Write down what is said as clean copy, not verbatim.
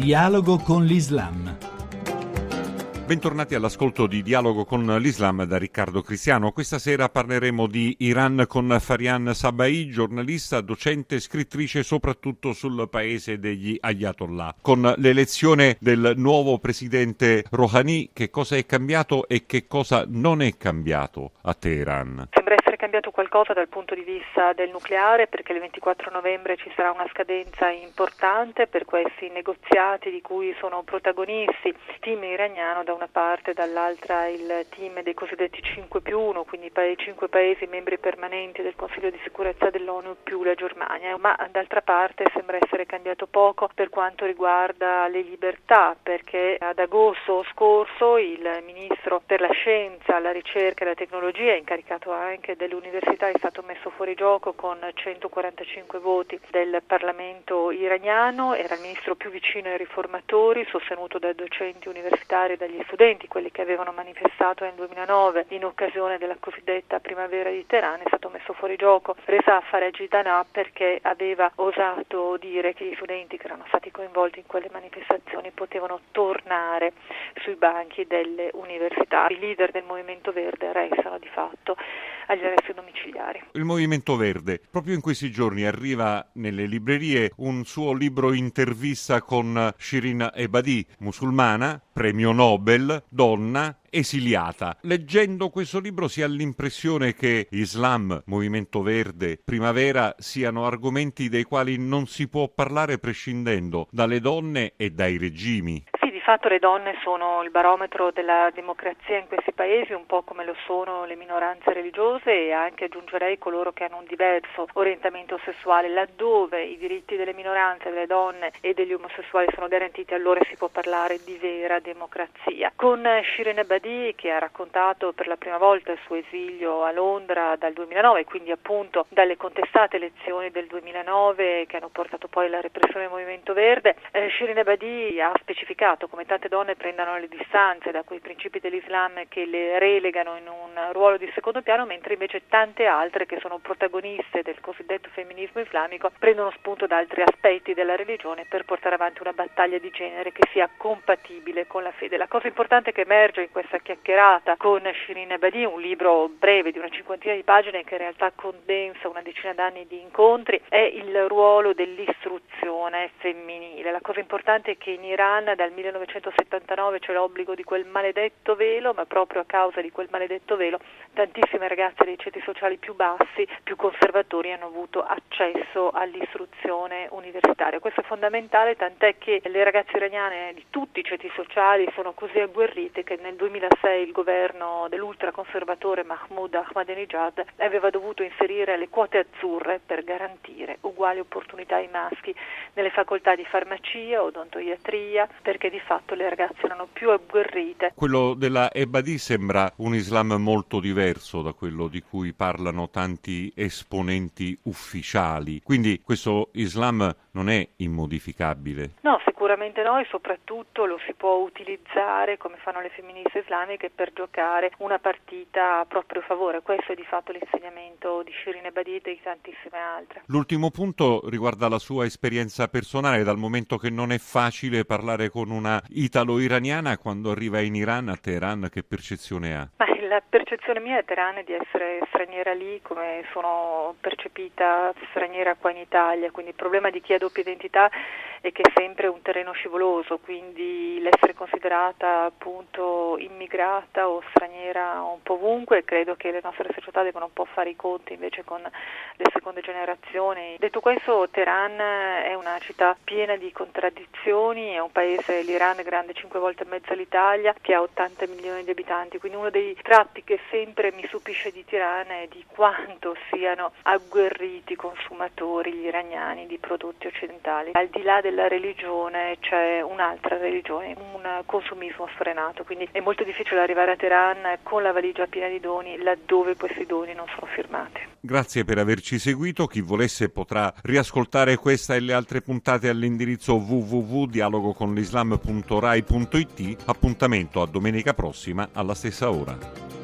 Dialogo con l'Islam. Bentornati all'ascolto di Dialogo con l'Islam da Riccardo Cristiano. Questa sera parleremo di Iran con Farian Sabai, giornalista, docente e scrittrice soprattutto sul paese degli Ayatollah. Con l'elezione del nuovo presidente Rouhani, che cosa è cambiato e che cosa non è cambiato a Teheran? Sembra essere cambiato qualcosa dal punto di vista del nucleare, perché il 24 novembre ci sarà una scadenza importante per questi negoziati di cui sono protagonisti il team iraniano da una parte, dall'altra il team dei cosiddetti 5+1, quindi 5 paesi membri permanenti del Consiglio di sicurezza dell'ONU più la Germania, ma d'altra parte sembra essere cambiato poco per quanto riguarda le libertà, perché ad agosto scorso il ministro per la scienza, la ricerca e la tecnologia, incaricato anche delle università, è stato messo fuori gioco con 145 voti del Parlamento iraniano. Era il ministro più vicino ai riformatori, sostenuto da docenti universitari e dagli studenti, quelli che avevano manifestato nel 2009 in occasione della cosiddetta primavera di Teheran. È stato messo fuori gioco Reza Farajidana perché aveva osato dire che gli studenti che erano stati coinvolti in quelle manifestazioni potevano tornare sui banchi delle università. I leader del Movimento Verde restano di fatto agli arresti domiciliari. Il Movimento Verde, proprio in questi giorni arriva nelle librerie un suo libro intervista con Shirin Ebadi, musulmana, premio Nobel, donna, esiliata. Leggendo questo libro si ha l'impressione che Islam, Movimento Verde, Primavera siano argomenti dei quali non si può parlare prescindendo dalle donne e dai regimi. Di fatto le donne sono il barometro della democrazia in questi paesi, un po' come lo sono le minoranze religiose e anche, aggiungerei, coloro che hanno un diverso orientamento sessuale. Laddove i diritti delle minoranze, delle donne e degli omosessuali sono garantiti, allora si può parlare di vera democrazia. Con Shirin Ebadi, che ha raccontato per la prima volta il suo esilio a Londra dal 2009, quindi appunto dalle contestate elezioni del 2009 che hanno portato poi alla repressione del Movimento Verde, Shirin Ebadi ha specificato come tante donne prendano le distanze da quei principi dell'Islam che le relegano in un ruolo di secondo piano, mentre invece tante altre che sono protagoniste del cosiddetto femminismo islamico prendono spunto da altri aspetti della religione per portare avanti una battaglia di genere che sia compatibile con la fede. La cosa importante che emerge in questa chiacchierata con Shirin Ebadi, un libro breve di una cinquantina di pagine che in realtà condensa una decina d'anni di incontri, è il ruolo dell'istruzione femminile. La cosa importante è che in Iran dal 1979 c'è l'obbligo di quel maledetto velo, ma proprio a causa di quel maledetto velo tantissime ragazze dei ceti sociali più bassi, più conservatori, hanno avuto accesso all'istruzione universitaria. Questo è fondamentale, tant'è che le ragazze iraniane di tutti i ceti sociali sono così agguerrite che nel 2006 il governo dell'ultraconservatore Mahmoud Ahmadinejad aveva dovuto inserire le quote azzurre per garantire uguali opportunità ai maschi nelle facoltà di farmacia, odontoiatria, perché di fatto le ragazze erano più agguerrite. Quello della Ebadi sembra un Islam molto diverso da quello di cui parlano tanti esponenti ufficiali, quindi questo Islam non è immodificabile. No, sicuramente no, e soprattutto lo si può utilizzare, come fanno le femministe islamiche, per giocare una partita a proprio favore. Questo è di fatto l'insegnamento di Shirin Ebadi e di tantissime altre. L'ultimo punto riguarda la sua esperienza personale, dal momento che non è facile parlare con una italo-iraniana quando arriva in Iran, a Teheran. Che percezione ha? La percezione mia a Teheran è di essere straniera lì come sono percepita straniera qua in Italia, quindi il problema di chi ha doppia identità è che è sempre un terreno scivoloso, quindi l'essere considerata appunto immigrata o straniera un po' ovunque. Credo che le nostre società devono un po' fare i conti invece con le seconde generazioni. Detto questo, Teheran è una città piena di contraddizioni, è un paese, l'Iran è grande 5 volte e mezza l'Italia, che ha 80 milioni di abitanti, quindi uno dei tratti che sempre mi stupisce di Teheran è di quanto siano agguerriti consumatori gli iraniani di prodotti occidentali. Al di là della religione c'è un'altra religione, un consumismo sfrenato, quindi è molto difficile arrivare a Teheran con la valigia piena di doni laddove questi doni non sono firmati. Grazie per averci seguito. Chi volesse potrà riascoltare questa e le altre puntate all'indirizzo www.dialogoconlislam.rai.it. Appuntamento a domenica prossima alla stessa ora.